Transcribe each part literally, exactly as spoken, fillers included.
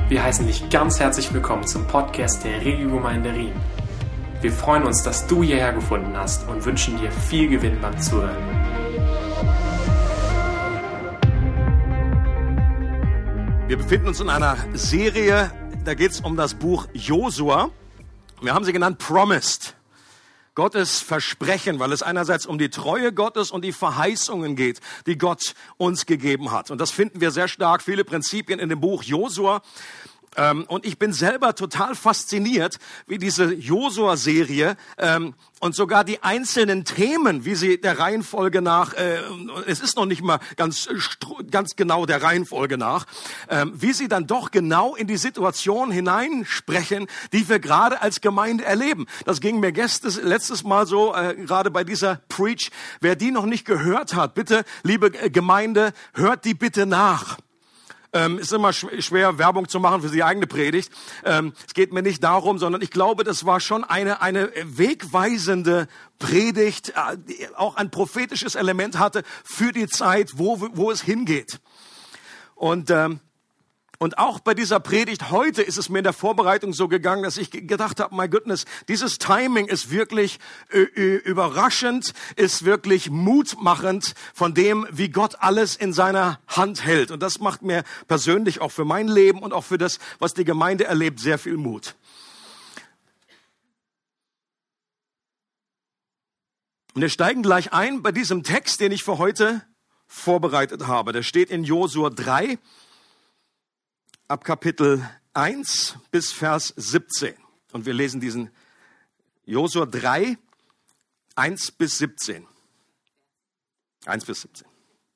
Wir heißen dich ganz herzlich willkommen zum Podcast der Regiogemeinde Rien. Wir freuen uns, dass du hierher gefunden hast und wünschen dir viel Gewinn beim Zuhören. Wir befinden uns in einer Serie, da geht es um das Buch Josua. Wir haben sie genannt Promised. Gottes Versprechen, weil es einerseits um die Treue Gottes und die Verheißungen geht, die Gott uns gegeben hat. Und das finden wir sehr stark, viele Prinzipien in dem Buch Josua. Und ich bin selber total fasziniert, wie diese Josua-Serie ähm, und sogar die einzelnen Themen, wie sie der Reihenfolge nach, äh, es ist noch nicht mal ganz, ganz genau der Reihenfolge nach, ähm, wie sie dann doch genau in die Situation hineinsprechen, die wir gerade als Gemeinde erleben. Das ging mir gestern, letztes Mal so, äh, gerade bei dieser Preach. Wer die noch nicht gehört hat, bitte, liebe Gemeinde, hört die bitte nach. Ähm, ist immer schwer, Werbung zu machen für die eigene Predigt. Ähm, es geht mir nicht darum, sondern ich glaube, das war schon eine, eine wegweisende Predigt, äh, die auch ein prophetisches Element hatte für die Zeit, wo, wo es hingeht. Und, ähm, und auch bei dieser Predigt heute ist es mir in der Vorbereitung so gegangen, dass ich gedacht habe, my goodness, dieses Timing ist wirklich äh, überraschend, ist wirklich mutmachend von dem, wie Gott alles in seiner Hand hält. Und das macht mir persönlich auch für mein Leben und auch für das, was die Gemeinde erlebt, sehr viel Mut. Und wir steigen gleich ein bei diesem Text, den ich für heute vorbereitet habe. Der steht in Josua drei. Ab Kapitel eins bis Vers siebzehn. Und wir lesen diesen Josua drei, eins bis siebzehn. eins bis siebzehn.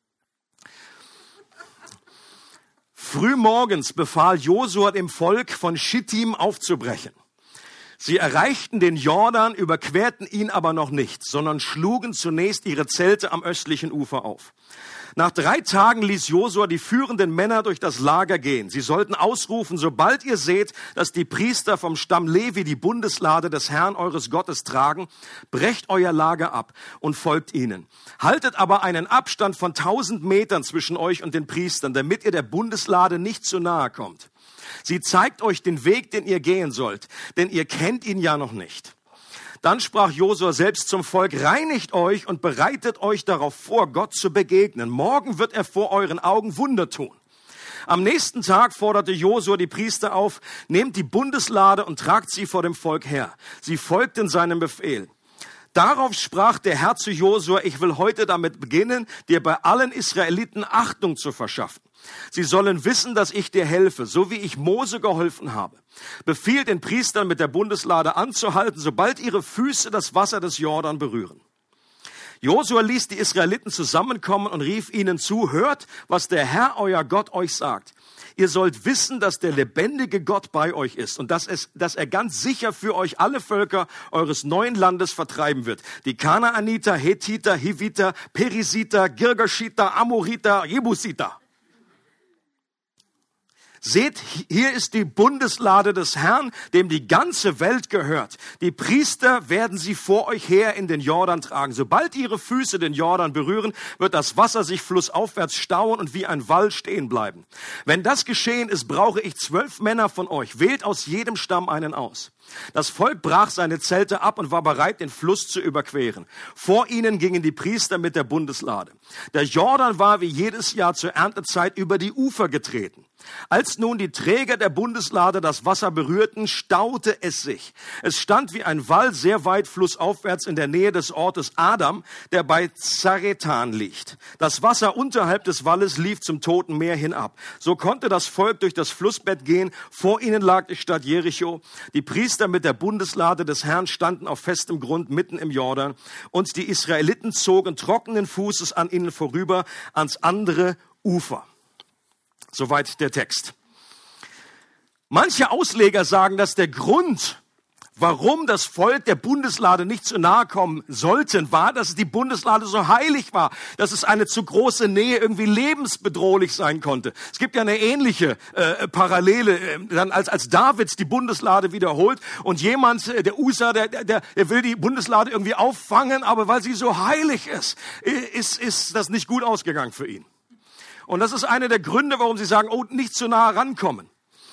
Frühmorgens befahl Josua dem Volk von Schittim aufzubrechen. Sie erreichten den Jordan, überquerten ihn aber noch nicht, sondern schlugen zunächst ihre Zelte am östlichen Ufer auf. Nach drei Tagen ließ Josua die führenden Männer durch das Lager gehen. Sie sollten ausrufen, sobald ihr seht, dass die Priester vom Stamm Levi die Bundeslade des Herrn eures Gottes tragen, brecht euer Lager ab und folgt ihnen. Haltet aber einen Abstand von tausend Metern zwischen euch und den Priestern, damit ihr der Bundeslade nicht zu nahe kommt. Sie zeigt euch den Weg, den ihr gehen sollt, denn ihr kennt ihn ja noch nicht. Dann sprach Josua selbst zum Volk, reinigt euch und bereitet euch darauf vor, Gott zu begegnen. Morgen wird er vor euren Augen Wunder tun. Am nächsten Tag forderte Josua die Priester auf, nehmt die Bundeslade und tragt sie vor dem Volk her. Sie folgten seinem Befehl. Darauf sprach der Herr zu Josua, ich will heute damit beginnen, dir bei allen Israeliten Achtung zu verschaffen. Sie sollen wissen, dass ich dir helfe, so wie ich Mose geholfen habe. Befiehl den Priestern, mit der Bundeslade anzuhalten, sobald ihre Füße das Wasser des Jordan berühren. Josua ließ die Israeliten zusammenkommen und rief ihnen zu, hört, was der Herr, euer Gott, euch sagt. Ihr sollt wissen, dass der lebendige Gott bei euch ist und dass, es, dass er ganz sicher für euch alle Völker eures neuen Landes vertreiben wird. Die Kanaaniter, Hethiter, Hiviter, Perisiter, Girgashiter, Amoriter, Jebusiter. Seht, hier ist die Bundeslade des Herrn, dem die ganze Welt gehört. Die Priester werden sie vor euch her in den Jordan tragen. Sobald ihre Füße den Jordan berühren, wird das Wasser sich flussaufwärts stauen und wie ein Wall stehen bleiben. Wenn das geschehen ist, brauche ich zwölf Männer von euch. Wählt aus jedem Stamm einen aus. Das Volk brach seine Zelte ab und war bereit, den Fluss zu überqueren. Vor ihnen gingen die Priester mit der Bundeslade. Der Jordan war wie jedes Jahr zur Erntezeit über die Ufer getreten. Als nun die Träger der Bundeslade das Wasser berührten, staute es sich. Es stand wie ein Wall sehr weit flussaufwärts in der Nähe des Ortes Adam, der bei Zaretan liegt. Das Wasser unterhalb des Walles lief zum Toten Meer hinab. So konnte das Volk durch das Flussbett gehen. Vor ihnen lag die Stadt Jericho. Die Priester mit der Bundeslade des Herrn standen auf festem Grund mitten im Jordan. Und die Israeliten zogen trockenen Fußes an ihnen vorüber ans andere Ufer. Soweit der Text. Manche Ausleger sagen, dass der Grund, warum das Volk der Bundeslade nicht zu nahe kommen sollten, war, dass die Bundeslade so heilig war, dass es eine zu große Nähe irgendwie lebensbedrohlich sein konnte. Es gibt ja eine ähnliche äh, Parallele, äh, dann als als David die Bundeslade wiederholt und jemand, äh, der Usa, der, der der will die Bundeslade irgendwie auffangen, aber weil sie so heilig ist, ist ist das nicht gut ausgegangen für ihn. Und das ist einer der Gründe, warum sie sagen, oh, nicht zu nah rankommen.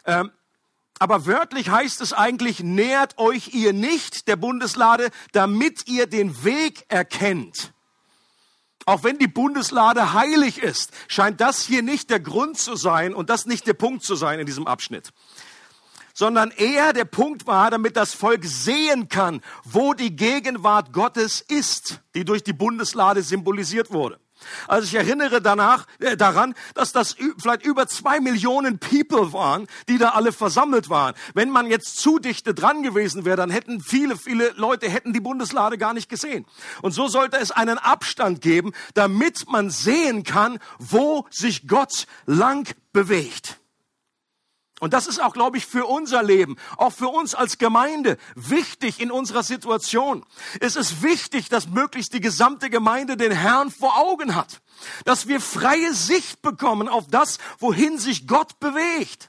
Ähm, aber wörtlich heißt es eigentlich, nähert euch ihr nicht der Bundeslade, damit ihr den Weg erkennt. Auch wenn die Bundeslade heilig ist, scheint das hier nicht der Grund zu sein und das nicht der Punkt zu sein in diesem Abschnitt. Sondern eher der Punkt war, damit das Volk sehen kann, wo die Gegenwart Gottes ist, die durch die Bundeslade symbolisiert wurde. Also ich erinnere danach, äh, daran, dass das ü- vielleicht über zwei Millionen People waren, die da alle versammelt waren. Wenn man jetzt zu dichte dran gewesen wäre, dann hätten viele, viele Leute hätten die Bundeslade gar nicht gesehen. Und so sollte es einen Abstand geben, damit man sehen kann, wo sich Gott lang bewegt. Und das ist auch, glaube ich, für unser Leben, auch für uns als Gemeinde wichtig in unserer Situation. Es ist wichtig, dass möglichst die gesamte Gemeinde den Herrn vor Augen hat. Dass wir freie Sicht bekommen auf das, wohin sich Gott bewegt.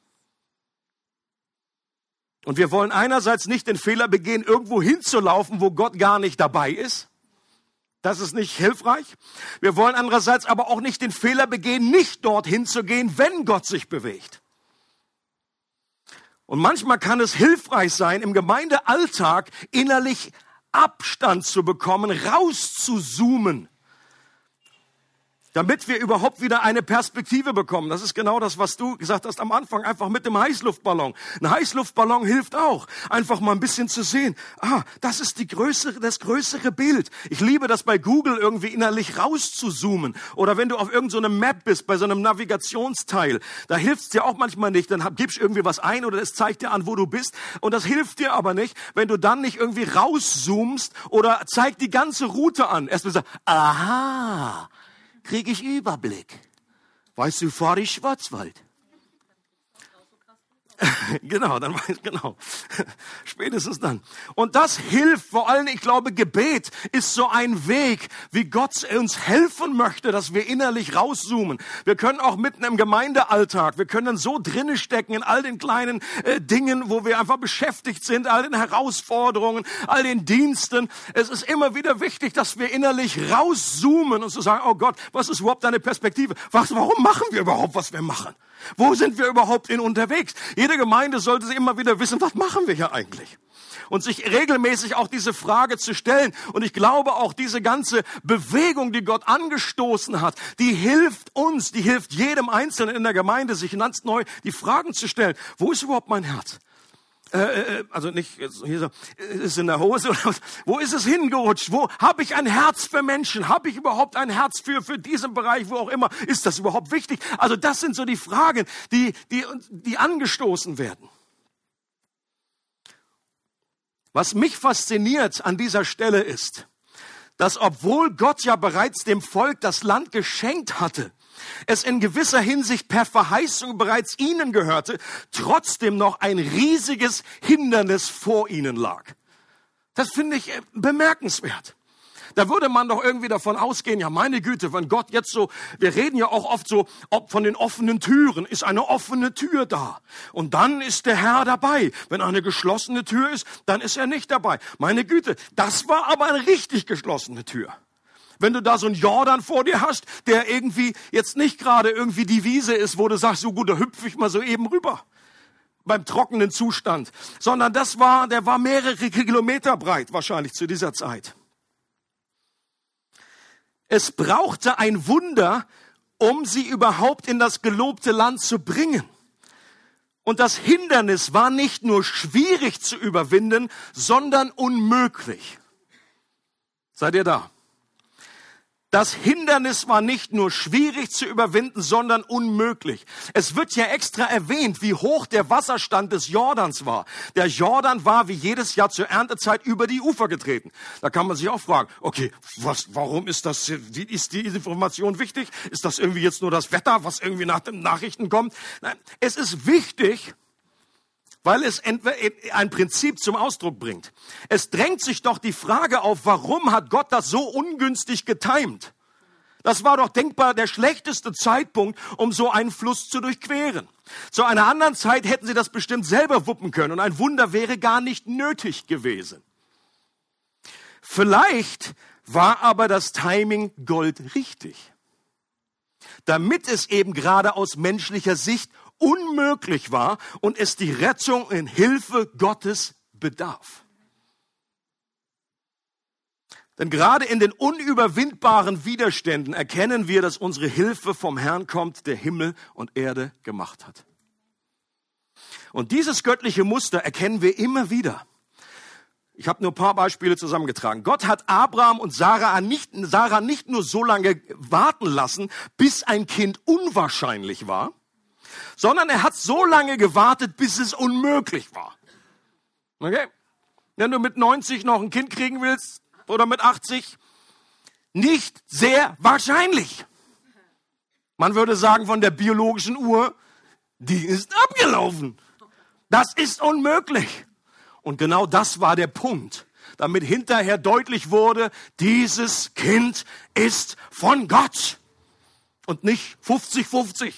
Und wir wollen einerseits nicht den Fehler begehen, irgendwo hinzulaufen, wo Gott gar nicht dabei ist. Das ist nicht hilfreich. Wir wollen andererseits aber auch nicht den Fehler begehen, nicht dorthin zu gehen, wenn Gott sich bewegt. Und manchmal kann es hilfreich sein, im Gemeindealltag innerlich Abstand zu bekommen, rauszuzoomen, damit wir überhaupt wieder eine Perspektive bekommen. Das ist genau das, was du gesagt hast am Anfang, einfach mit dem Heißluftballon. Ein Heißluftballon hilft auch, einfach mal ein bisschen zu sehen. Ah, das ist die größere, das größere Bild. Ich liebe das bei Google irgendwie innerlich rauszuzoomen. Oder wenn du auf irgendeinem so Map bist, bei so einem Navigationsteil, da hilft es dir auch manchmal nicht. Dann gibst du irgendwie was ein oder es zeigt dir an, wo du bist. Und das hilft dir aber nicht, wenn du dann nicht irgendwie rauszoomst oder zeigt die ganze Route an. Erstmal sagst, aha, kriege ich Überblick. Weißt du, fahre ich Schwarzwald. Genau, dann weiß genau. Spätestens dann. Und das hilft vor allem, ich glaube, Gebet ist so ein Weg, wie Gott uns helfen möchte, dass wir innerlich rauszoomen. Wir können auch mitten im Gemeindealltag, wir können so drinnen stecken in all den kleinen äh, Dingen, wo wir einfach beschäftigt sind, all den Herausforderungen, all den Diensten. Es ist immer wieder wichtig, dass wir innerlich rauszoomen und zu sagen, oh Gott, was ist überhaupt deine Perspektive? Was, warum machen wir überhaupt, was wir machen? Wo sind wir überhaupt in unterwegs? Jede Gemeinde sollte sich immer wieder wissen, was machen wir hier eigentlich? Und sich regelmäßig auch diese Frage zu stellen. Und ich glaube auch diese ganze Bewegung, die Gott angestoßen hat, die hilft uns, die hilft jedem Einzelnen in der Gemeinde, sich ganz neu die Fragen zu stellen. Wo ist überhaupt mein Herz? Äh, also nicht, hier so, ist es in der Hose oder was? Wo ist es hingerutscht? Wo habe ich ein Herz für Menschen? Habe ich überhaupt ein Herz für, für diesen Bereich, wo auch immer? Ist das überhaupt wichtig? Also das sind so die Fragen, die, die, die angestoßen werden. Was mich fasziniert an dieser Stelle ist, dass obwohl Gott ja bereits dem Volk das Land geschenkt hatte, es in gewisser Hinsicht per Verheißung bereits ihnen gehörte, trotzdem noch ein riesiges Hindernis vor ihnen lag. Das finde ich bemerkenswert. Da würde man doch irgendwie davon ausgehen, ja meine Güte, wenn Gott jetzt so, wir reden ja auch oft so ob von den offenen Türen, ist eine offene Tür da. Und dann ist der Herr dabei. Wenn eine geschlossene Tür ist, dann ist er nicht dabei. Meine Güte, das war aber eine richtig geschlossene Tür. Wenn du da so einen Jordan vor dir hast, der irgendwie jetzt nicht gerade irgendwie die Wiese ist, wo du sagst, so gut, da hüpfe ich mal so eben rüber. Beim trockenen Zustand. Sondern das war, der war mehrere Kilometer breit wahrscheinlich zu dieser Zeit. Es brauchte ein Wunder, um sie überhaupt in das gelobte Land zu bringen. Und das Hindernis war nicht nur schwierig zu überwinden, sondern unmöglich. Seid ihr da? Das Hindernis war nicht nur schwierig zu überwinden, sondern unmöglich. Es wird ja extra erwähnt, wie hoch der Wasserstand des Jordans war. Der Jordan war wie jedes Jahr zur Erntezeit über die Ufer getreten. Da kann man sich auch fragen, okay, was, warum ist das, wie ist die Information wichtig? Ist das irgendwie jetzt nur das Wetter, was irgendwie nach den Nachrichten kommt? Nein, es ist wichtig, weil es ein Prinzip zum Ausdruck bringt. Es drängt sich doch die Frage auf, warum hat Gott das so ungünstig getimt? Das war doch denkbar der schlechteste Zeitpunkt, um so einen Fluss zu durchqueren. Zu einer anderen Zeit hätten sie das bestimmt selber wuppen können und ein Wunder wäre gar nicht nötig gewesen. Vielleicht war aber das Timing goldrichtig, damit es eben gerade aus menschlicher Sicht unmöglich war und es die Rettung in Hilfe Gottes bedarf. Denn gerade in den unüberwindbaren Widerständen erkennen wir, dass unsere Hilfe vom Herrn kommt, der Himmel und Erde gemacht hat. Und dieses göttliche Muster erkennen wir immer wieder. Ich habe nur ein paar Beispiele zusammengetragen. Gott hat Abraham und Sarah nicht, Sarah nicht nur so lange warten lassen, bis ein Kind unwahrscheinlich war, sondern er hat so lange gewartet, bis es unmöglich war. Okay? Wenn du mit neunzig noch ein Kind kriegen willst, oder mit achtzig, nicht sehr wahrscheinlich. Man würde sagen, von der biologischen Uhr, die ist abgelaufen. Das ist unmöglich. Und genau das war der Punkt, damit hinterher deutlich wurde, dieses Kind ist von Gott und nicht fünfzig fünfzig.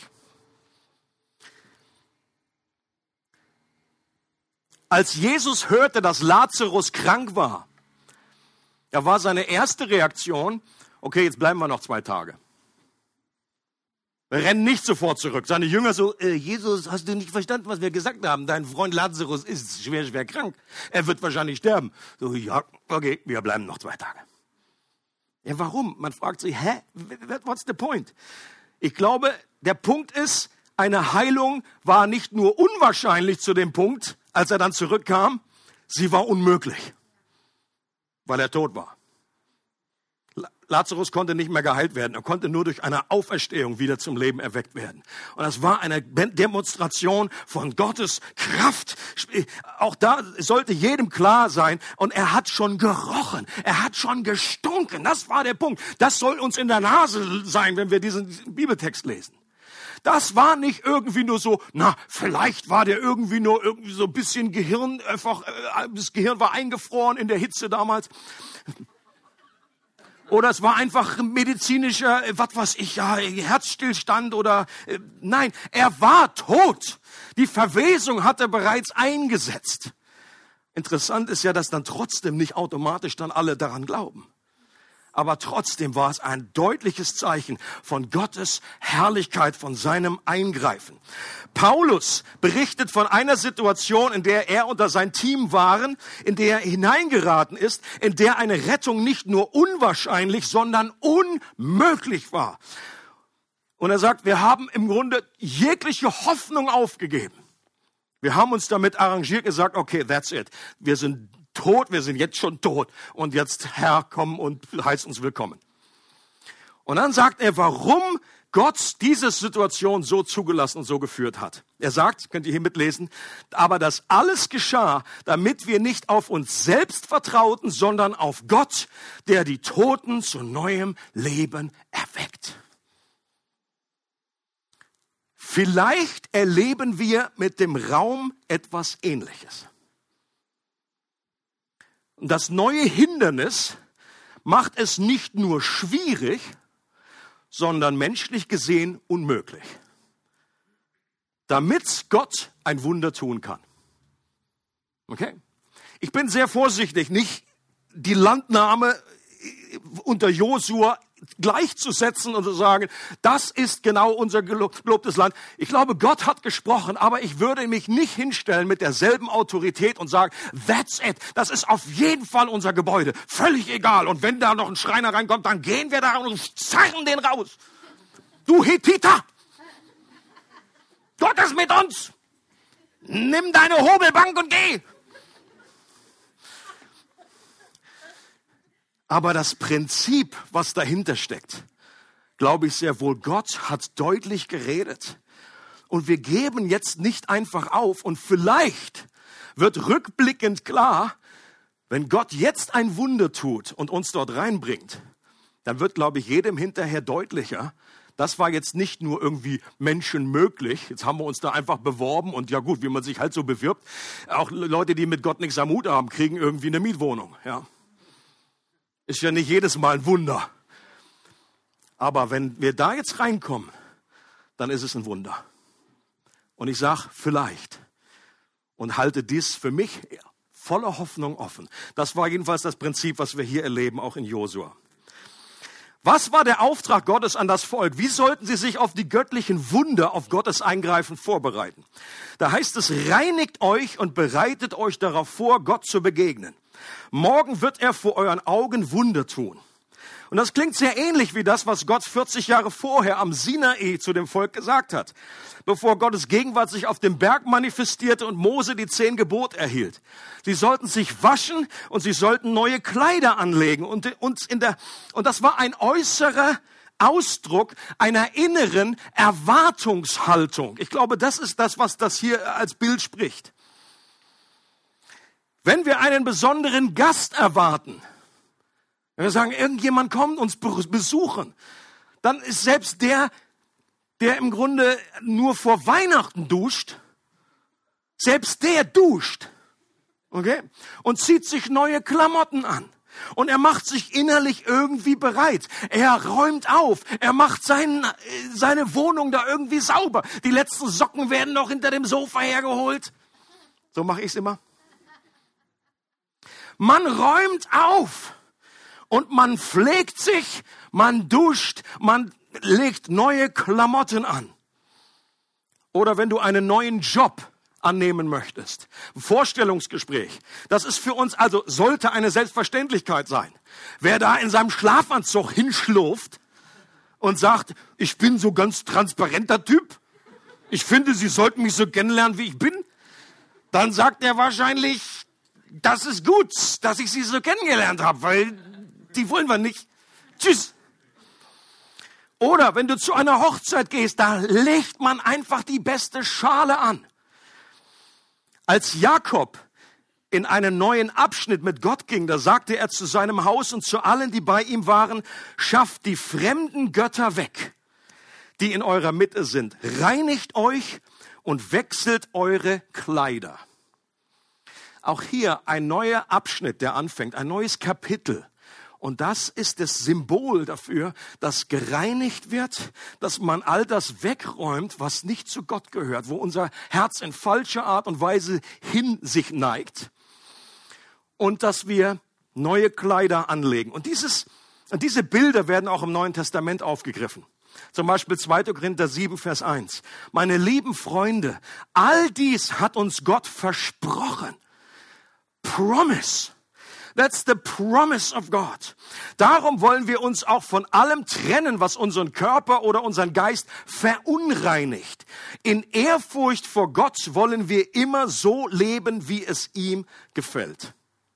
Als Jesus hörte, dass Lazarus krank war, da war seine erste Reaktion, okay, jetzt bleiben wir noch zwei Tage. Wir rennen nicht sofort zurück. Seine Jünger so, äh, Jesus, hast du nicht verstanden, was wir gesagt haben? Dein Freund Lazarus ist schwer, schwer krank. Er wird wahrscheinlich sterben. So, ja, okay, wir bleiben noch zwei Tage. Ja, warum? Man fragt sich, hä, what's the point? Ich glaube, der Punkt ist, eine Heilung war nicht nur unwahrscheinlich zu dem Punkt, als er dann zurückkam, sie war unmöglich. Weil er tot war. Lazarus konnte nicht mehr geheilt werden. Er konnte nur durch eine Auferstehung wieder zum Leben erweckt werden. Und das war eine Demonstration von Gottes Kraft. Auch da sollte jedem klar sein. Und er hat schon gerochen. Er hat schon gestunken. Das war der Punkt. Das soll uns in der Nase sein, wenn wir diesen Bibeltext lesen. Das war nicht irgendwie nur so, na, vielleicht war der irgendwie nur irgendwie so ein bisschen Gehirn, einfach, das Gehirn war eingefroren in der Hitze damals. Oder es war einfach medizinischer, was weiß ich, ja, Herzstillstand oder, äh, nein, er war tot. Die Verwesung hatte bereits eingesetzt. Interessant ist ja, dass dann trotzdem nicht automatisch dann alle daran glauben. Aber trotzdem war es ein deutliches Zeichen von Gottes Herrlichkeit, von seinem Eingreifen. Paulus berichtet von einer Situation, in der er und sein Team waren, in der er hineingeraten ist, in der eine Rettung nicht nur unwahrscheinlich, sondern unmöglich war. Und er sagt, wir haben im Grunde jegliche Hoffnung aufgegeben. Wir haben uns damit arrangiert, gesagt, okay, that's it. Wir sind tot, wir sind jetzt schon tot. Und jetzt, Herr, komm und heiß uns willkommen. Und dann sagt er, warum Gott diese Situation so zugelassen und so geführt hat. Er sagt, könnt ihr hier mitlesen, aber das alles geschah, damit wir nicht auf uns selbst vertrauten, sondern auf Gott, der die Toten zu neuem Leben erweckt. Vielleicht erleben wir mit dem Raum etwas Ähnliches. Das neue Hindernis macht es nicht nur schwierig, sondern menschlich gesehen unmöglich, damit Gott ein Wunder tun kann. Okay? Ich bin sehr vorsichtig, nicht die Landnahme unter Josua gleichzusetzen und zu sagen, das ist genau unser gelobtes Land. Ich glaube, Gott hat gesprochen, aber ich würde mich nicht hinstellen mit derselben Autorität und sagen, that's it, das ist auf jeden Fall unser Gebäude, völlig egal. Und wenn da noch ein Schreiner reinkommt, dann gehen wir da und zerren den raus. Du Hethiter, Gott ist mit uns. Nimm deine Hobelbank und geh. Aber das Prinzip, was dahinter steckt, glaube ich sehr wohl, Gott hat deutlich geredet. Und wir geben jetzt nicht einfach auf. Und vielleicht wird rückblickend klar, wenn Gott jetzt ein Wunder tut und uns dort reinbringt, dann wird, glaube ich, jedem hinterher deutlicher, das war jetzt nicht nur irgendwie menschenmöglich. Jetzt haben wir uns da einfach beworben und ja gut, wie man sich halt so bewirbt. Auch Leute, die mit Gott nichts am Hut haben, kriegen irgendwie eine Mietwohnung, ja. Ist ja nicht jedes Mal ein Wunder. Aber wenn wir da jetzt reinkommen, dann ist es ein Wunder. Und ich sage, vielleicht. Und halte dies für mich voller Hoffnung offen. Das war jedenfalls das Prinzip, was wir hier erleben, auch in Josua. Was war der Auftrag Gottes an das Volk? Wie sollten sie sich auf die göttlichen Wunder, auf Gottes Eingreifen vorbereiten? Da heißt es, reinigt euch und bereitet euch darauf vor, Gott zu begegnen. Morgen wird er vor euren Augen Wunder tun. Und das klingt sehr ähnlich wie das, was Gott vierzig Jahre vorher am Sinai zu dem Volk gesagt hat, bevor Gottes Gegenwart sich auf dem Berg manifestierte und Mose die zehn Gebote erhielt. Sie sollten sich waschen und sie sollten neue Kleider anlegen. Und, und, in der, und das war ein äußerer Ausdruck einer inneren Erwartungshaltung. Ich glaube, das ist das, was das hier als Bild spricht. Wenn wir einen besonderen Gast erwarten, wenn wir sagen, irgendjemand kommt uns besuchen, dann ist selbst der, der im Grunde nur vor Weihnachten duscht, selbst der duscht, okay? Und zieht sich neue Klamotten an. Und er macht sich innerlich irgendwie bereit. Er räumt auf. Er macht sein, seine Wohnung da irgendwie sauber. Die letzten Socken werden noch hinter dem Sofa hergeholt. So mache ich es immer. Man räumt auf. Und man pflegt sich, man duscht, man legt neue Klamotten an. Oder wenn du einen neuen Job annehmen möchtest, ein Vorstellungsgespräch, das ist für uns also, sollte eine Selbstverständlichkeit sein. Wer da in seinem Schlafanzug hinschlurft und sagt, ich bin so ganz transparenter Typ, ich finde, Sie sollten mich so kennenlernen, wie ich bin, dann sagt er wahrscheinlich, das ist gut, dass ich Sie so kennengelernt habe, weil die wollen wir nicht. Tschüss. Oder wenn du zu einer Hochzeit gehst, da legt man einfach die beste Schale an. Als Jakob in einen neuen Abschnitt mit Gott ging, da sagte er zu seinem Haus und zu allen, die bei ihm waren, schafft die fremden Götter weg, die in eurer Mitte sind. Reinigt euch und wechselt eure Kleider. Auch hier ein neuer Abschnitt, der anfängt, ein neues Kapitel. Und das ist das Symbol dafür, dass gereinigt wird, dass man all das wegräumt, was nicht zu Gott gehört, wo unser Herz in falscher Art und Weise hin sich neigt. Und dass wir neue Kleider anlegen. Und dieses, diese Bilder werden auch im Neuen Testament aufgegriffen. Zum Beispiel zweiter Korinther sieben, Vers eins. Meine lieben Freunde, all dies hat uns Gott versprochen. Promise. That's the promise of God. Darum wollen wir uns auch von allem trennen, was unseren Körper oder unseren Geist verunreinigt. In Ehrfurcht vor Gott wollen wir immer so leben, wie es ihm gefällt.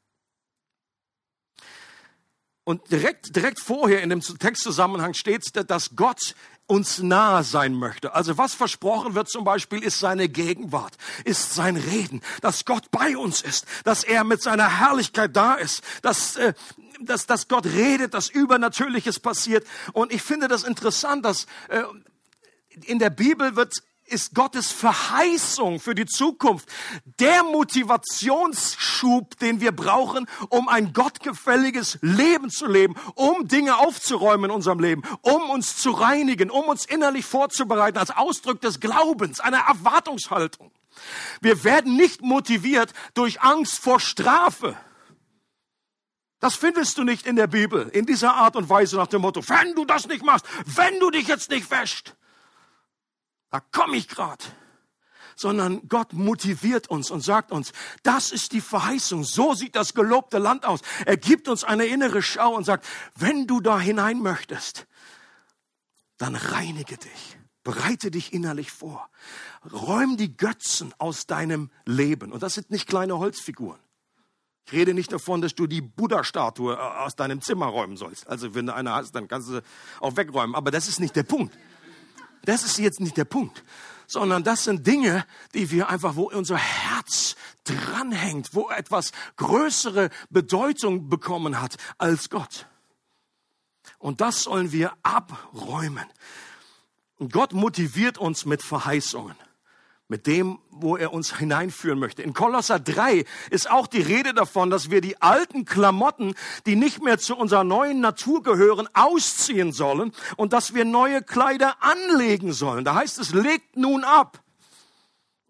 Und direkt, direkt vorher in dem Textzusammenhang steht, dass Gott uns nahe sein möchte. Also was versprochen wird zum Beispiel, ist seine Gegenwart, ist sein Reden, dass Gott bei uns ist, dass er mit seiner Herrlichkeit da ist, dass, äh, dass, dass Gott redet, dass Übernatürliches passiert. Und ich finde das interessant, dass äh, in der Bibel wird ist Gottes Verheißung für die Zukunft der Motivationsschub, den wir brauchen, um ein gottgefälliges Leben zu leben, um Dinge aufzuräumen in unserem Leben, um uns zu reinigen, um uns innerlich vorzubereiten als Ausdruck des Glaubens, einer Erwartungshaltung. Wir werden nicht motiviert durch Angst vor Strafe. Das findest du nicht in der Bibel, in dieser Art und Weise nach dem Motto, wenn du das nicht machst, wenn du dich jetzt nicht wäschst, da komme ich gerade. Sondern Gott motiviert uns und sagt uns, das ist die Verheißung, so sieht das gelobte Land aus. Er gibt uns eine innere Schau und sagt, wenn du da hinein möchtest, dann reinige dich, bereite dich innerlich vor. Räum die Götzen aus deinem Leben. Und das sind nicht kleine Holzfiguren. Ich rede nicht davon, dass du die Buddha-Statue aus deinem Zimmer räumen sollst. Also wenn du eine hast, dann kannst du auch wegräumen. Aber das ist nicht der Punkt. Das ist jetzt nicht der Punkt, sondern das sind Dinge, die wir einfach, wo unser Herz dranhängt, wo etwas größere Bedeutung bekommen hat als Gott. Und das sollen wir abräumen. Und Gott motiviert uns mit Verheißungen, mit dem, wo er uns hineinführen möchte. In Kolosser drei ist auch die Rede davon, dass wir die alten Klamotten, die nicht mehr zu unserer neuen Natur gehören, ausziehen sollen und dass wir neue Kleider anlegen sollen. Da heißt es, legt nun ab.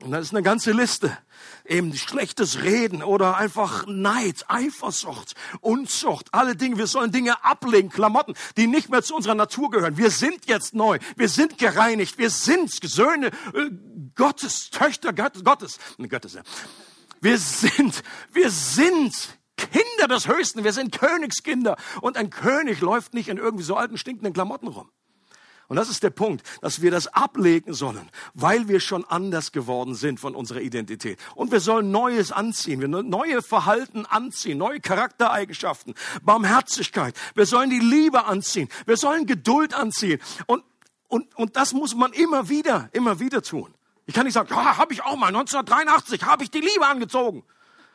Und das ist eine ganze Liste. Eben schlechtes Reden oder einfach Neid, Eifersucht, Unzucht, alle Dinge. Wir sollen Dinge ablegen, Klamotten, die nicht mehr zu unserer Natur gehören. Wir sind jetzt neu. Wir sind gereinigt. Wir sind Söhne äh, Gottes, Töchter Gottes. Gottes. Gottes ja. Wir sind, wir sind Kinder des Höchsten. Wir sind Königskinder. Und ein König läuft nicht in irgendwie so alten, stinkenden Klamotten rum. Und das ist der Punkt, dass wir das ablegen sollen, weil wir schon anders geworden sind von unserer Identität. Und wir sollen Neues anziehen, wir neue Verhalten anziehen, neue Charaktereigenschaften, Barmherzigkeit. Wir sollen die Liebe anziehen, wir sollen Geduld anziehen. Und, und, und das muss man immer wieder, immer wieder tun. Ich kann nicht sagen, ja, habe ich auch mal, neunzehnhundertdreiundachtzig habe ich die Liebe angezogen.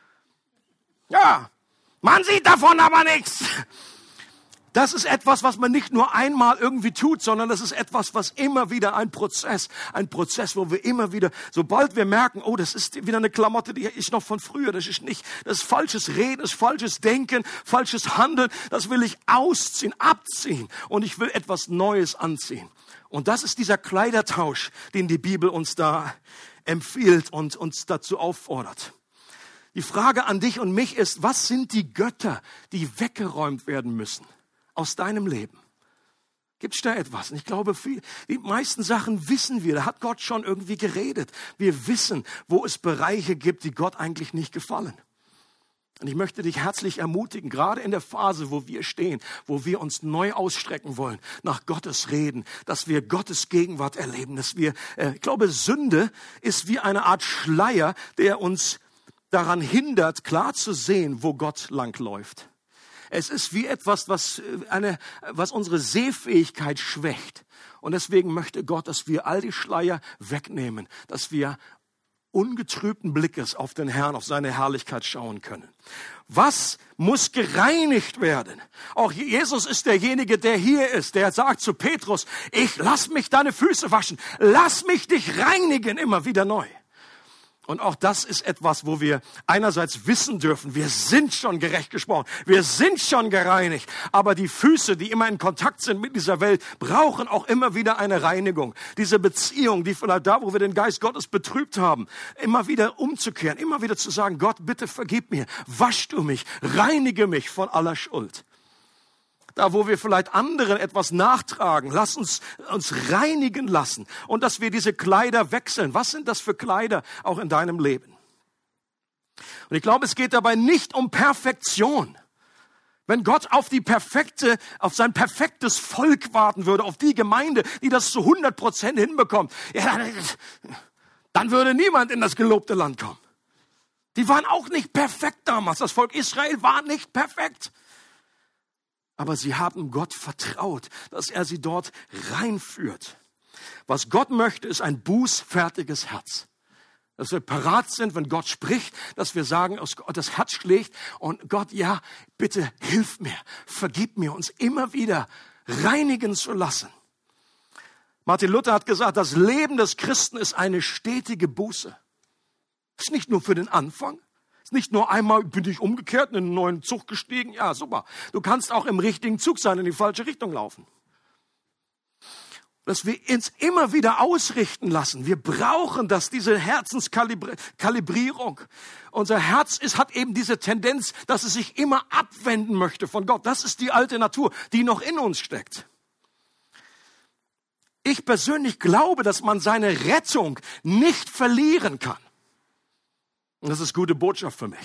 Ja, man sieht davon aber nichts. Das ist etwas, was man nicht nur einmal irgendwie tut, sondern das ist etwas, was immer wieder ein Prozess, ein Prozess, wo wir immer wieder, sobald wir merken, oh, das ist wieder eine Klamotte, die ist noch von früher, das ist nicht, das ist falsches Reden, das ist falsches Denken, falsches Handeln, das will ich ausziehen, abziehen und ich will etwas Neues anziehen. Und das ist dieser Kleidertausch, den die Bibel uns da empfiehlt und uns dazu auffordert. Die Frage an dich und mich ist, was sind die Götter, die weggeräumt werden müssen aus deinem Leben? Gibt's da etwas? Und ich glaube, viel, die meisten Sachen wissen wir. Da hat Gott schon irgendwie geredet. Wir wissen, wo es Bereiche gibt, die Gott eigentlich nicht gefallen. Und ich möchte dich herzlich ermutigen, gerade in der Phase, wo wir stehen, wo wir uns neu ausstrecken wollen, nach Gottes Reden, dass wir Gottes Gegenwart erleben, dass wir, äh, ich glaube, Sünde ist wie eine Art Schleier, der uns daran hindert, klar zu sehen, wo Gott langläuft. Es ist wie etwas, was, eine, was unsere Sehfähigkeit schwächt. Und deswegen möchte Gott, dass wir all die Schleier wegnehmen, dass wir ungetrübten Blickes auf den Herrn, auf seine Herrlichkeit schauen können. Was muss gereinigt werden? Auch Jesus ist derjenige, der hier ist, der sagt zu Petrus, ich lass mich deine Füße waschen, lass mich dich reinigen, immer wieder neu. Und auch das ist etwas, wo wir einerseits wissen dürfen, wir sind schon gerecht gesprochen, wir sind schon gereinigt, aber die Füße, die immer in Kontakt sind mit dieser Welt, brauchen auch immer wieder eine Reinigung. Diese Beziehung, die vielleicht da, wo wir den Geist Gottes betrübt haben, immer wieder umzukehren, immer wieder zu sagen, Gott, bitte vergib mir, wasch du mich, reinige mich von aller Schuld. Da, wo wir vielleicht anderen etwas nachtragen, lass uns uns reinigen lassen und dass wir diese Kleider wechseln. Was sind das für Kleider auch in deinem Leben? Und ich glaube, es geht dabei nicht um Perfektion. Wenn Gott auf die perfekte, auf sein perfektes Volk warten würde, auf die Gemeinde, die das zu hundert Prozent hinbekommt, ja, dann, dann würde niemand in das gelobte Land kommen. Die waren auch nicht perfekt damals. Das Volk Israel war nicht perfekt. Aber sie haben Gott vertraut, dass er sie dort reinführt. Was Gott möchte, ist ein bußfertiges Herz. Dass wir parat sind, wenn Gott spricht, dass wir sagen, das Herz schlägt und Gott, ja, bitte hilf mir, vergib mir, uns immer wieder reinigen zu lassen. Martin Luther hat gesagt, das Leben des Christen ist eine stetige Buße. Das ist nicht nur für den Anfang. Nicht nur einmal bin ich umgekehrt, in einen neuen Zug gestiegen. Ja, super. Du kannst auch im richtigen Zug sein, in die falsche Richtung laufen. Dass wir uns immer wieder ausrichten lassen. Wir brauchen das, diese Herzenskalibrierung. Unser Herz ist, hat eben diese Tendenz, dass es sich immer abwenden möchte von Gott. Das ist die alte Natur, die noch in uns steckt. Ich persönlich glaube, dass man seine Rettung nicht verlieren kann. Und das ist gute Botschaft für mich.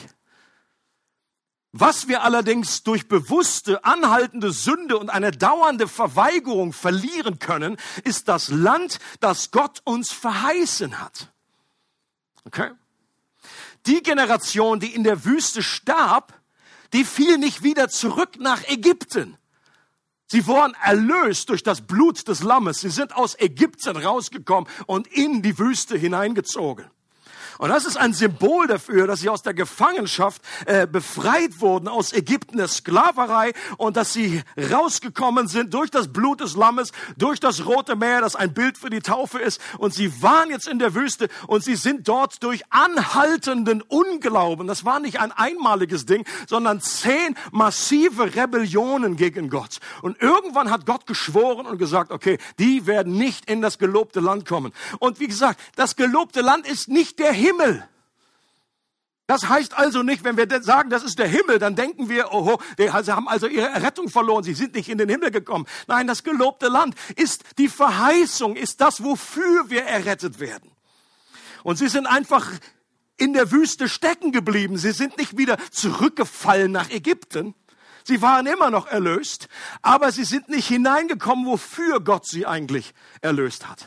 Was wir allerdings durch bewusste, anhaltende Sünde und eine dauernde Verweigerung verlieren können, ist das Land, das Gott uns verheißen hat. Okay? Die Generation, die in der Wüste starb, die fiel nicht wieder zurück nach Ägypten. Sie wurden erlöst durch das Blut des Lammes. Sie sind aus Ägypten rausgekommen und in die Wüste hineingezogen. Und das ist ein Symbol dafür, dass sie aus der Gefangenschaft äh, befreit wurden, aus Ägypten der Sklaverei, und dass sie rausgekommen sind durch das Blut des Lammes, durch das Rote Meer, das ein Bild für die Taufe ist. Und sie waren jetzt in der Wüste und sie sind dort durch anhaltenden Unglauben, das war nicht ein einmaliges Ding, sondern zehn massive Rebellionen gegen Gott. Und irgendwann hat Gott geschworen und gesagt, okay, die werden nicht in das gelobte Land kommen. Und wie gesagt, das gelobte Land ist nicht der Himmel. Das heißt also nicht, wenn wir sagen, das ist der Himmel, dann denken wir, oho, sie haben also ihre Errettung verloren, sie sind nicht in den Himmel gekommen. Nein, das gelobte Land ist die Verheißung, ist das, wofür wir errettet werden. Und sie sind einfach in der Wüste stecken geblieben. Sie sind nicht wieder zurückgefallen nach Ägypten. Sie waren immer noch erlöst, aber sie sind nicht hineingekommen, wofür Gott sie eigentlich erlöst hat.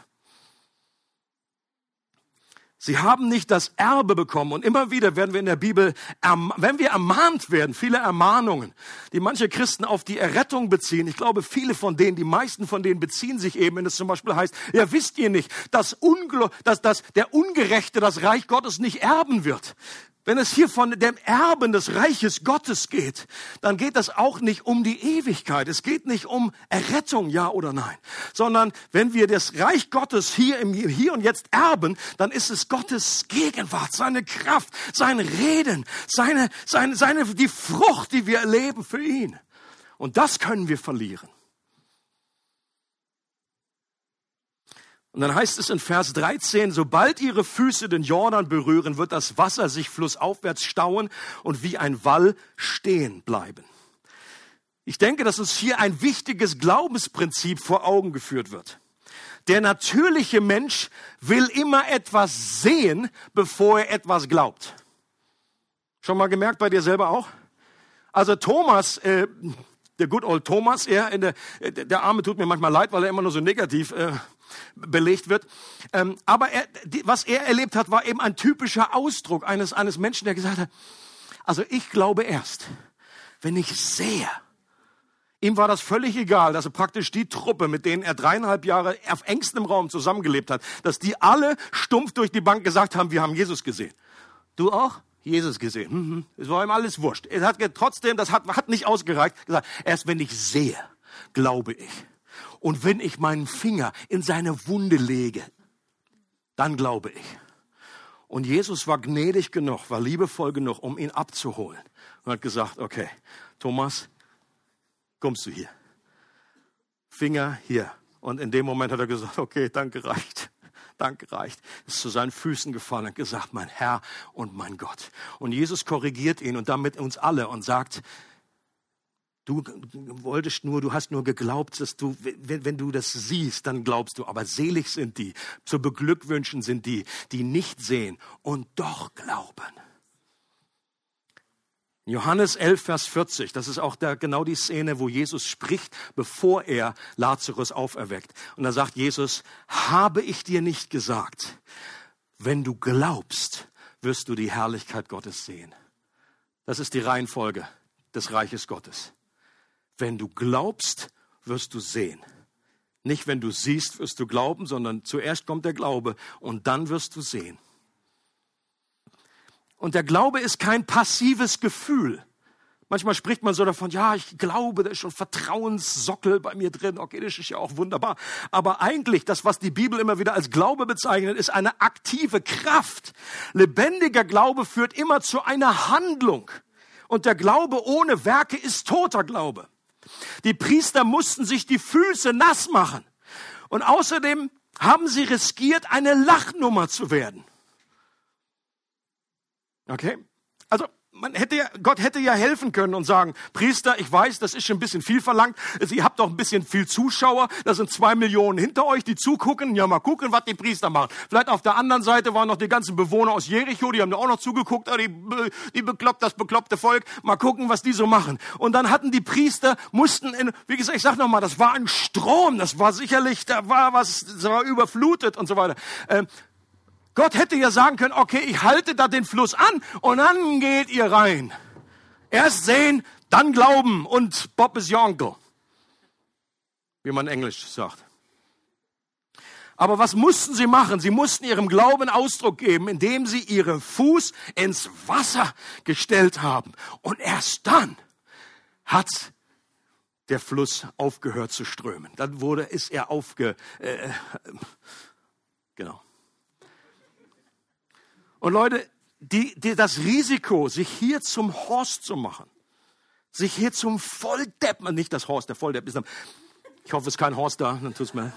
Sie haben nicht das Erbe bekommen. Und immer wieder werden wir in der Bibel, wenn wir ermahnt werden, viele Ermahnungen, die manche Christen auf die Errettung beziehen. Ich glaube, viele von denen, die meisten von denen beziehen sich eben, wenn es zum Beispiel heißt, ja, wisst ihr nicht, dass, Ungl- dass, dass der Ungerechte das Reich Gottes nicht erben wird. Wenn es hier von dem Erben des Reiches Gottes geht, dann geht es auch nicht um die Ewigkeit. Es geht nicht um Errettung, ja oder nein. Sondern wenn wir das Reich Gottes hier im Hier und Jetzt erben, dann ist es Gottes Gegenwart, seine Kraft, sein Reden, seine, seine, seine, die Frucht, die wir erleben für ihn. Und das können wir verlieren. Und dann heißt es in Vers dreizehn, sobald ihre Füße den Jordan berühren, wird das Wasser sich flussaufwärts stauen und wie ein Wall stehen bleiben. Ich denke, dass uns hier ein wichtiges Glaubensprinzip vor Augen geführt wird. Der natürliche Mensch will immer etwas sehen, bevor er etwas glaubt. Schon mal gemerkt bei dir selber auch? Also Thomas, äh, der good old Thomas, er, in der, der Arme tut mir manchmal leid, weil er immer nur so negativ äh, belegt wird. Ähm, aber er, die, was er erlebt hat, war eben ein typischer Ausdruck eines, eines Menschen, der gesagt hat, also ich glaube erst, wenn ich sehe. Ihm war das völlig egal, dass er praktisch die Truppe, mit denen er dreieinhalb Jahre auf engstem Raum zusammengelebt hat, dass die alle stumpf durch die Bank gesagt haben, wir haben Jesus gesehen. Du auch? Jesus gesehen. Mhm. Es war ihm alles wurscht. Er hat trotzdem, das hat, hat nicht ausgereicht, gesagt, erst wenn ich sehe, glaube ich. Und wenn ich meinen Finger in seine Wunde lege, dann glaube ich. Und Jesus war gnädig genug, war liebevoll genug, um ihn abzuholen. Und hat gesagt, okay, Thomas, kommst du hier? Finger hier. Und in dem Moment hat er gesagt, okay, danke, reicht. Danke, reicht. Ist zu seinen Füßen gefallen und gesagt, mein Herr und mein Gott. Und Jesus korrigiert ihn und damit uns alle und sagt, du wolltest nur, du hast nur geglaubt, dass du, wenn, wenn du das siehst, dann glaubst du. Aber selig sind die, zu beglückwünschen sind die, die nicht sehen und doch glauben. Johannes elf, Vers vierzig, das ist auch der, genau die Szene, wo Jesus spricht, bevor er Lazarus auferweckt. Und da sagt Jesus, habe ich dir nicht gesagt, wenn du glaubst, wirst du die Herrlichkeit Gottes sehen. Das ist die Reihenfolge des Reiches Gottes. Wenn du glaubst, wirst du sehen. Nicht, wenn du siehst, wirst du glauben, sondern zuerst kommt der Glaube und dann wirst du sehen. Und der Glaube ist kein passives Gefühl. Manchmal spricht man so davon, ja, ich glaube, da ist schon Vertrauenssockel bei mir drin. Okay, das ist ja auch wunderbar. Aber eigentlich, das, was die Bibel immer wieder als Glaube bezeichnet, ist eine aktive Kraft. Lebendiger Glaube führt immer zu einer Handlung. Und der Glaube ohne Werke ist toter Glaube. Die Priester mussten sich die Füße nass machen. Und außerdem haben sie riskiert, eine Lachnummer zu werden. Okay? Also, man hätte ja, Gott hätte ja helfen können und sagen, Priester, ich weiß, das ist schon ein bisschen viel verlangt. Also, ihr habt doch ein bisschen viel Zuschauer. Da sind zwei Millionen hinter euch, die zugucken. Ja, mal gucken, was die Priester machen. Vielleicht auf der anderen Seite waren noch die ganzen Bewohner aus Jericho, die haben da auch noch zugeguckt. Die, die bekloppt, das bekloppte Volk. Mal gucken, was die so machen. Und dann hatten die Priester, mussten in, wie gesagt, ich sag nochmal, das war ein Strom. Das war sicherlich, da war was, das war überflutet und so weiter. Ähm, Gott hätte ja sagen können, okay, ich halte da den Fluss an und dann geht ihr rein. Erst sehen, dann glauben und Bob is your uncle, wie man in Englisch sagt. Aber was mussten sie machen? Sie mussten ihrem Glauben Ausdruck geben, indem sie ihren Fuß ins Wasser gestellt haben. Und erst dann hat der Fluss aufgehört zu strömen. Dann wurde, ist er aufge... Äh, genau. Und Leute, die, die, das Risiko, sich hier zum Horst zu machen, sich hier zum Volldeppen, nicht das Horst, der Volldepp ist, ich hoffe, es ist kein Horst da, dann tut's mir.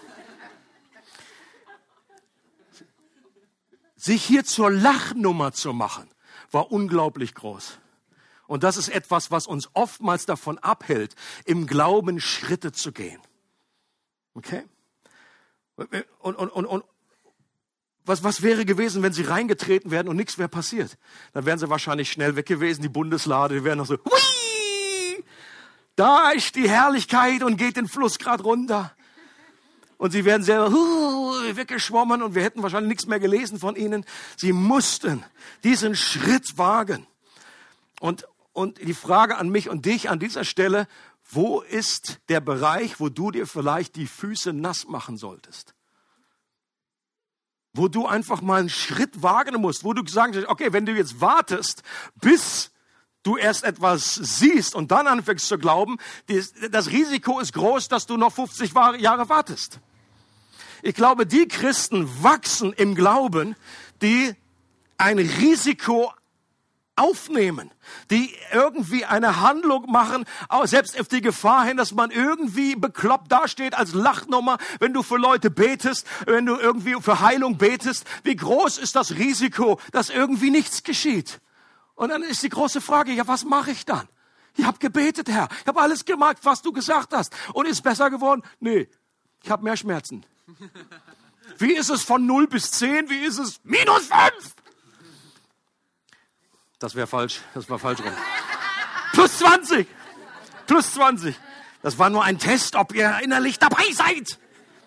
Sich hier zur Lachnummer zu machen, war unglaublich groß. Und das ist etwas, was uns oftmals davon abhält, im Glauben Schritte zu gehen. Okay? Und, und, und, und was, was wäre gewesen, wenn sie reingetreten wären und nichts wäre passiert? Dann wären sie wahrscheinlich schnell weg gewesen, die Bundeslade, die wären noch so, hui, da ist die Herrlichkeit und geht den Fluss gerade runter. Und sie wären selber uh, weggeschwommen und wir hätten wahrscheinlich nichts mehr gelesen von ihnen. Sie mussten diesen Schritt wagen. Und, und die Frage an mich und dich an dieser Stelle, wo ist der Bereich, wo du dir vielleicht die Füße nass machen solltest? Wo du einfach mal einen Schritt wagen musst, wo du sagen sollst, okay, wenn du jetzt wartest, bis du erst etwas siehst und dann anfängst zu glauben, das Risiko ist groß, dass du noch fünfzig Jahre wartest. Ich glaube, die Christen wachsen im Glauben, die ein Risiko aufnehmen, die irgendwie eine Handlung machen, selbst auf die Gefahr hin, dass man irgendwie bekloppt dasteht als Lachnummer, wenn du für Leute betest, wenn du irgendwie für Heilung betest. Wie groß ist das Risiko, dass irgendwie nichts geschieht? Und dann ist die große Frage, ja, was mache ich dann? Ich habe gebetet, Herr. Ich habe alles gemacht, was du gesagt hast. Und ist besser geworden? Nee, ich habe mehr Schmerzen. Wie ist es von null bis zehn? Wie ist es minus fünf? Das wäre falsch. Das war falsch rum. Plus zwanzig. Plus zwanzig. Das war nur ein Test, ob ihr innerlich dabei seid.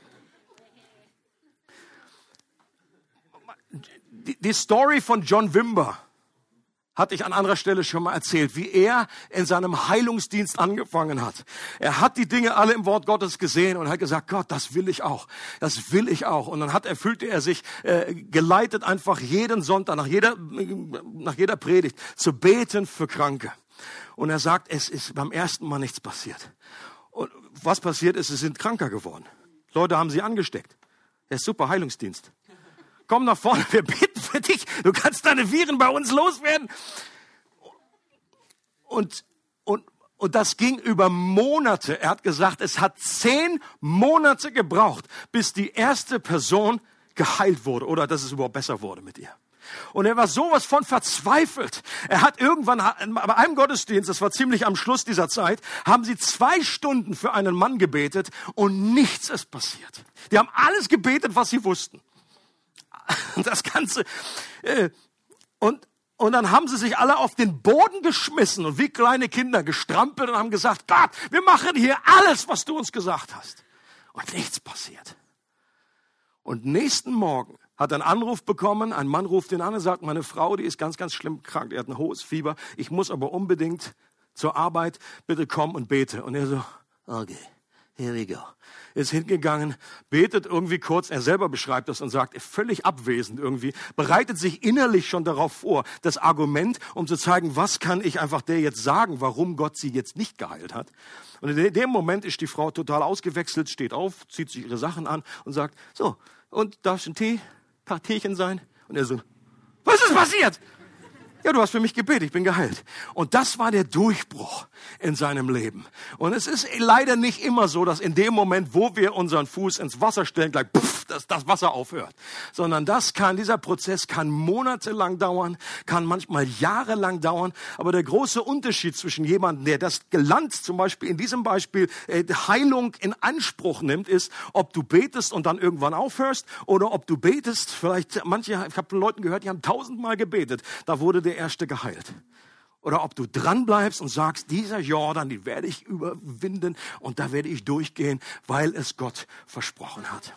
Die, die Story von John Wimber hatte ich an anderer Stelle schon mal erzählt, wie er in seinem Heilungsdienst angefangen hat. Er hat die Dinge alle im Wort Gottes gesehen und hat gesagt, Gott, das will ich auch, das will ich auch. Und dann hat er, fühlte er sich äh, geleitet, einfach jeden Sonntag, nach jeder, nach jeder Predigt, zu beten für Kranke. Und er sagt, es ist beim ersten Mal nichts passiert. Und was passiert ist, sie sind kranker geworden. Leute haben sie angesteckt. Er ist super Heilungsdienst. Komm nach vorne, wir beten für dich. Du kannst deine Viren bei uns loswerden. Und, und, und das ging über Monate. Er hat gesagt, es hat zehn Monate gebraucht, bis die erste Person geheilt wurde oder dass es überhaupt besser wurde mit ihr. Und er war sowas von verzweifelt. Er hat irgendwann, bei einem Gottesdienst, das war ziemlich am Schluss dieser Zeit, haben sie zwei Stunden für einen Mann gebetet und nichts ist passiert. Die haben alles gebetet, was sie wussten. Das Ganze. Äh, und, und dann haben sie sich alle auf den Boden geschmissen und wie kleine Kinder gestrampelt und haben gesagt, Gott, wir machen hier alles, was du uns gesagt hast. Und nichts passiert. Und nächsten Morgen hat er einen Anruf bekommen, ein Mann ruft ihn an und sagt, meine Frau, die ist ganz, ganz schlimm krank, die hat ein hohes Fieber, ich muss aber unbedingt zur Arbeit, bitte komm und bete. Und er so, okay. Here we go. Ist hingegangen, betet irgendwie kurz, er selber beschreibt das und sagt, völlig abwesend irgendwie, bereitet sich innerlich schon darauf vor, das Argument, um zu zeigen, was kann ich einfach der jetzt sagen, warum Gott sie jetzt nicht geheilt hat. Und in dem Moment ist die Frau total ausgewechselt, steht auf, zieht sich ihre Sachen an und sagt, so, und darf ein Tee, ein paar Teechen sein? Und er so, was ist passiert? Ja, du hast für mich gebetet, ich bin geheilt. Und das war der Durchbruch in seinem Leben. Und es ist leider nicht immer so, dass in dem Moment, wo wir unseren Fuß ins Wasser stellen, gleich puff, dass das Wasser aufhört. Sondern das kann, dieser Prozess kann monatelang dauern, kann manchmal jahrelang dauern. Aber der große Unterschied zwischen jemandem, der das Land, zum Beispiel in diesem Beispiel, äh, Heilung in Anspruch nimmt, ist, ob du betest und dann irgendwann aufhörst oder ob du betest, vielleicht, manche, ich habe von Leuten gehört, die haben tausendmal gebetet, da wurde der Erste geheilt. Oder ob du dran bleibst und sagst, dieser Jordan, den werde ich überwinden und da werde ich durchgehen, weil es Gott versprochen hat.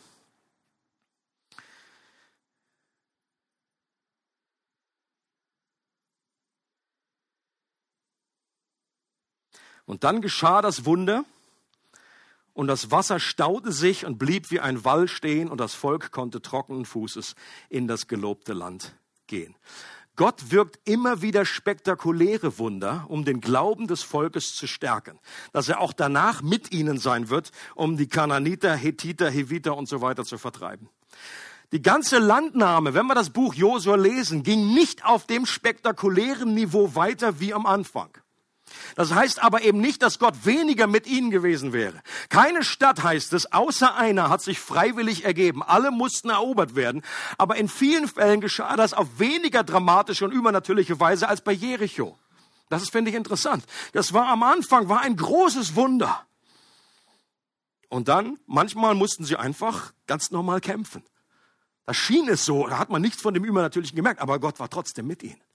Und dann geschah das Wunder Und das Wasser staute sich und blieb wie ein Wall stehen und das Volk konnte trockenen Fußes in das gelobte Land gehen. Gott wirkt immer wieder spektakuläre Wunder, um den Glauben des Volkes zu stärken. Dass er auch danach mit ihnen sein wird, um die Kanaaniter, Hethiter, Heviter und so weiter zu vertreiben. Die ganze Landnahme, wenn wir das Buch Josua lesen, ging nicht auf dem spektakulären Niveau weiter wie am Anfang. Das heißt aber eben nicht, dass Gott weniger mit ihnen gewesen wäre. Keine Stadt, heißt es, außer einer hat sich freiwillig ergeben. Alle mussten erobert werden. Aber in vielen Fällen geschah das auf weniger dramatische und übernatürliche Weise als bei Jericho. Das ist, finde ich, interessant. Das war am Anfang, war ein großes Wunder. Und dann, manchmal mussten sie einfach ganz normal kämpfen. Da schien es so, da hat man nichts von dem Übernatürlichen gemerkt, aber Gott war trotzdem mit ihnen.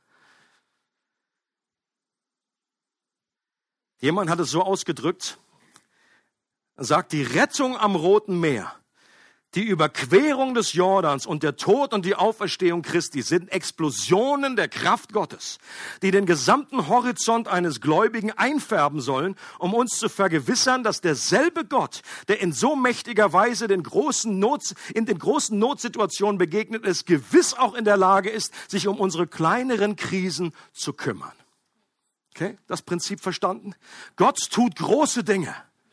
Jemand hat es so ausgedrückt, er sagt, die Rettung am Roten Meer, die Überquerung des Jordans und der Tod und die Auferstehung Christi sind Explosionen der Kraft Gottes, die den gesamten Horizont eines Gläubigen einfärben sollen, um uns zu vergewissern, dass derselbe Gott, der in so mächtiger Weise den großen Not, in den großen Notsituationen begegnet ist, gewiss auch in der Lage ist, sich um unsere kleineren Krisen zu kümmern. Okay, das Prinzip verstanden? Gott tut große Dinge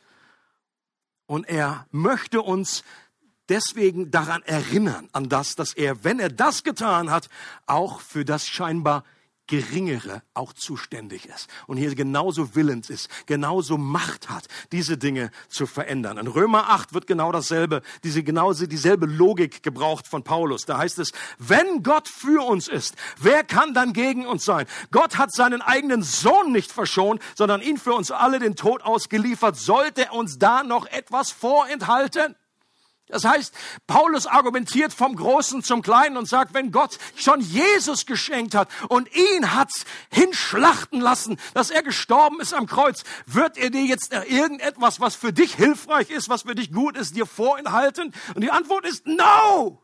und er möchte uns deswegen daran erinnern, an das, dass er, wenn er das getan hat, auch für das scheinbar Geringere auch zuständig ist und hier genauso willens ist, genauso Macht hat, diese Dinge zu verändern. In Römer acht wird genau dasselbe, diese genauso dieselbe Logik gebraucht von Paulus. Da heißt es, wenn Gott für uns ist, wer kann dann gegen uns sein? Gott hat seinen eigenen Sohn nicht verschont, sondern ihn für uns alle den Tod ausgeliefert. Sollte er uns da noch etwas vorenthalten? Das heißt, Paulus argumentiert vom Großen zum Kleinen und sagt, wenn Gott schon Jesus geschenkt hat und ihn hat hinschlachten lassen, dass er gestorben ist am Kreuz, wird er dir jetzt irgendetwas, was für dich hilfreich ist, was für dich gut ist, dir vorenthalten? Und die Antwort ist no!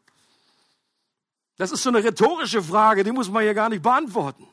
Das ist so eine rhetorische Frage, die muss man hier gar nicht beantworten.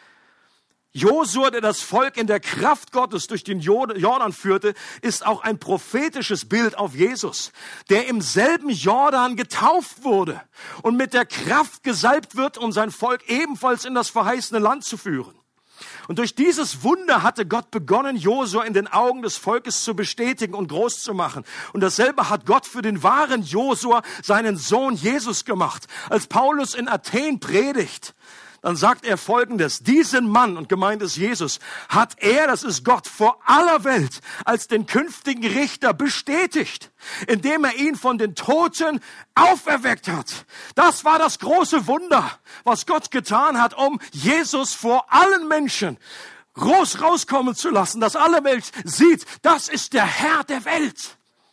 Josua, der das Volk in der Kraft Gottes durch den Jordan führte, ist auch ein prophetisches Bild auf Jesus, der im selben Jordan getauft wurde und mit der Kraft gesalbt wird, um sein Volk ebenfalls in das verheißene Land zu führen. Und durch dieses Wunder hatte Gott begonnen, Josua in den Augen des Volkes zu bestätigen und groß zu machen. Und dasselbe hat Gott für den wahren Josua, seinen Sohn Jesus, gemacht. Als Paulus in Athen predigt, dann sagt er Folgendes: Diesen Mann, und gemeint ist Jesus, hat er, das ist Gott, vor aller Welt als den künftigen Richter bestätigt, indem er ihn von den Toten auferweckt hat. Das war das große Wunder, was Gott getan hat, um Jesus vor allen Menschen groß rauskommen zu lassen, dass alle Welt sieht, das ist der Herr der Welt.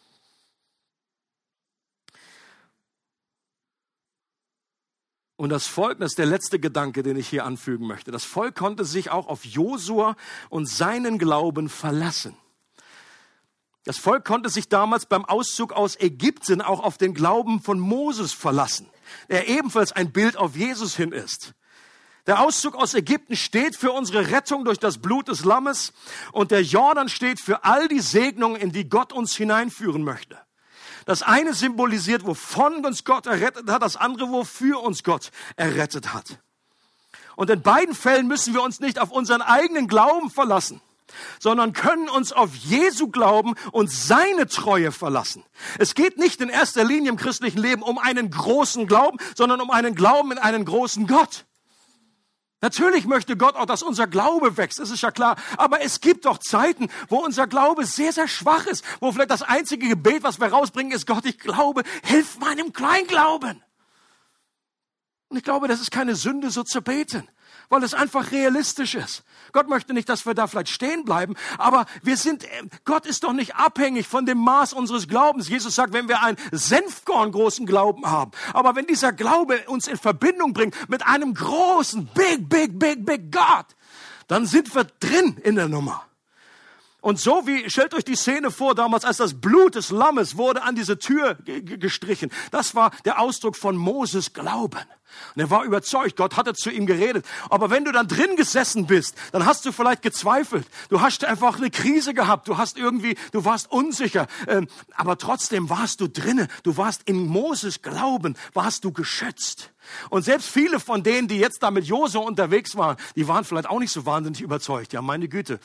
Und das Volk, das ist der letzte Gedanke, den ich hier anfügen möchte. Das Volk konnte sich auch auf Josua und seinen Glauben verlassen. Das Volk konnte sich damals beim Auszug aus Ägypten auch auf den Glauben von Moses verlassen, der ebenfalls ein Bild auf Jesus hin ist. Der Auszug aus Ägypten steht für unsere Rettung durch das Blut des Lammes und der Jordan steht für all die Segnungen, in die Gott uns hineinführen möchte. Das eine symbolisiert, wovon uns Gott errettet hat, das andere, wofür uns Gott errettet hat. Und in beiden Fällen müssen wir uns nicht auf unseren eigenen Glauben verlassen, sondern können uns auf Jesu Glauben und seine Treue verlassen. Es geht nicht in erster Linie im christlichen Leben um einen großen Glauben, sondern um einen Glauben in einen großen Gott. Natürlich möchte Gott auch, dass unser Glaube wächst, das ist ja klar. Aber es gibt doch Zeiten, wo unser Glaube sehr, sehr schwach ist. Wo vielleicht das einzige Gebet, was wir rausbringen, ist: Gott, ich glaube, hilf meinem Kleinglauben. Und ich glaube, das ist keine Sünde, so zu beten, weil es einfach realistisch ist. Gott möchte nicht, dass wir da vielleicht stehen bleiben, aber wir sind, Gott ist doch nicht abhängig von dem Maß unseres Glaubens. Jesus sagt, wenn wir einen Senfkorn großen Glauben haben, aber wenn dieser Glaube uns in Verbindung bringt mit einem großen, big, big, big, big Gott, dann sind wir drin in der Nummer. Und so wie, stellt euch die Szene vor, damals, als das Blut des Lammes wurde an diese Tür g- g- gestrichen. Das war der Ausdruck von Moses Glauben. Und er war überzeugt, Gott hatte zu ihm geredet. Aber wenn du dann drin gesessen bist, dann hast du vielleicht gezweifelt. Du hast einfach eine Krise gehabt. Du hast irgendwie, du warst unsicher. Ähm, aber trotzdem warst du drinne. Du warst in Moses Glauben, warst du geschützt. Und selbst viele von denen, die jetzt da mit Josua unterwegs waren, die waren vielleicht auch nicht so wahnsinnig überzeugt. Ja, meine Güte.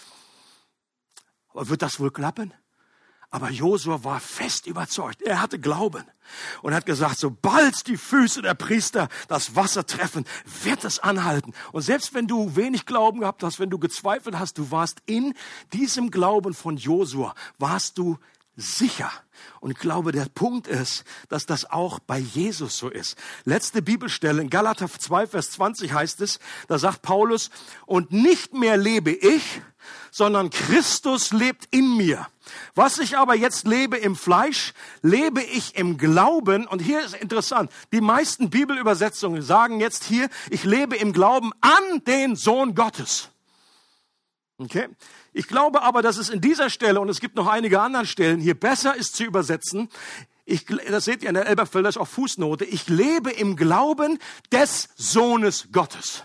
Aber wird das wohl klappen? Aber Josua war fest überzeugt. Er hatte Glauben und hat gesagt, sobald die Füße der Priester das Wasser treffen, wird es anhalten. Und selbst wenn du wenig Glauben gehabt hast, wenn du gezweifelt hast, du warst in diesem Glauben von Josua, warst du sicher. Und ich glaube, der Punkt ist, dass das auch bei Jesus so ist. Letzte Bibelstelle in Galater zwei, Vers zwanzig heißt es, da sagt Paulus, und nicht mehr lebe ich, sondern Christus lebt in mir. Was ich aber jetzt lebe im Fleisch, lebe ich im Glauben. Und hier ist interessant, die meisten Bibelübersetzungen sagen jetzt hier, ich lebe im Glauben an den Sohn Gottes. Okay? Ich glaube aber, dass es in dieser Stelle, und es gibt noch einige anderen Stellen, hier besser ist zu übersetzen. Ich, das seht ihr in der Elberfelder auf Fußnote. Ich lebe im Glauben des Sohnes Gottes,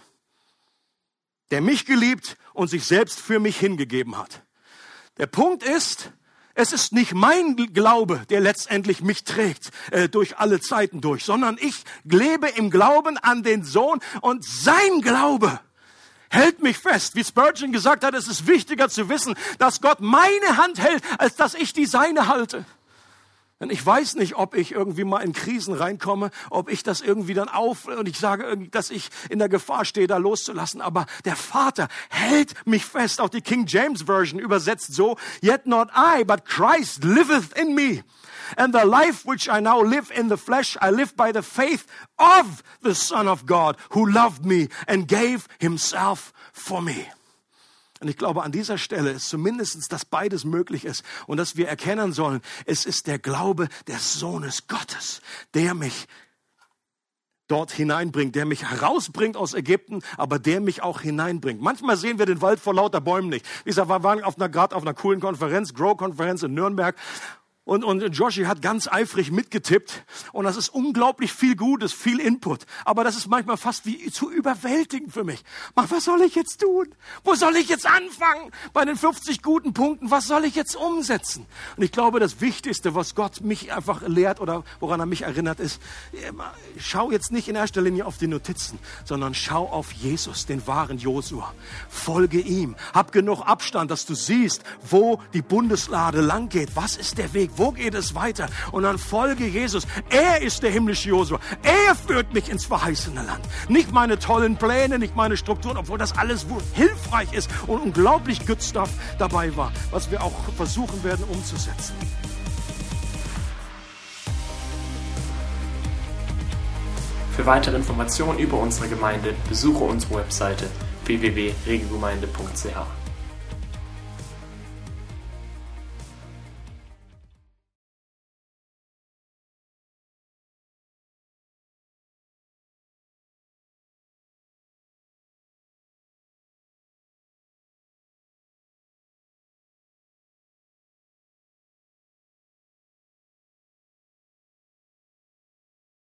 der mich geliebt und sich selbst für mich hingegeben hat. Der Punkt ist, es ist nicht mein Glaube, der letztendlich mich trägt, äh, durch alle Zeiten durch, sondern ich lebe im Glauben an den Sohn und sein Glaube hält mich fest. Wie Spurgeon gesagt hat, es ist wichtiger zu wissen, dass Gott meine Hand hält, als dass ich die seine halte. Denn ich weiß nicht, ob ich irgendwie mal in Krisen reinkomme, ob ich das irgendwie dann auf, und ich sage irgendwie, dass ich in der Gefahr stehe, da loszulassen. Aber der Vater hält mich fest. Auch die King James Version übersetzt so, yet not I, but Christ liveth in me. And the life which I now live in the flesh, I live by the faith of the Son of God, who loved me and gave himself for me. Und ich glaube, an dieser Stelle ist zumindest, dass beides möglich ist und dass wir erkennen sollen, es ist der Glaube des Sohnes Gottes, der mich dort hineinbringt, der mich herausbringt aus Ägypten, aber der mich auch hineinbringt. Manchmal sehen wir den Wald vor lauter Bäumen nicht. Wie gesagt, wir waren auf einer, gerade auf einer coolen Konferenz, Grow-Konferenz in Nürnberg. Und, und Joshi hat ganz eifrig mitgetippt. Und das ist unglaublich viel Gutes, viel Input. Aber das ist manchmal fast wie zu überwältigend für mich. Mann, was soll ich jetzt tun? Wo soll ich jetzt anfangen? Bei den fünfzig guten Punkten, was soll ich jetzt umsetzen? Und ich glaube, das Wichtigste, was Gott mich einfach lehrt oder woran er mich erinnert, ist, schau jetzt nicht in erster Linie auf die Notizen, sondern schau auf Jesus, den wahren Josua. Folge ihm. Hab genug Abstand, dass du siehst, wo die Bundeslade lang geht. Was ist der Weg? Wo geht es weiter? Und dann folge Jesus. Er ist der himmlische Josua. Er führt mich ins verheißene Land. Nicht meine tollen Pläne, nicht meine Strukturen, obwohl das alles hilfreich ist und unglaublich good stuff dabei war, was wir auch versuchen werden umzusetzen. Für weitere Informationen über unsere Gemeinde besuche unsere Webseite w w w punkt regelgemeinde punkt c h.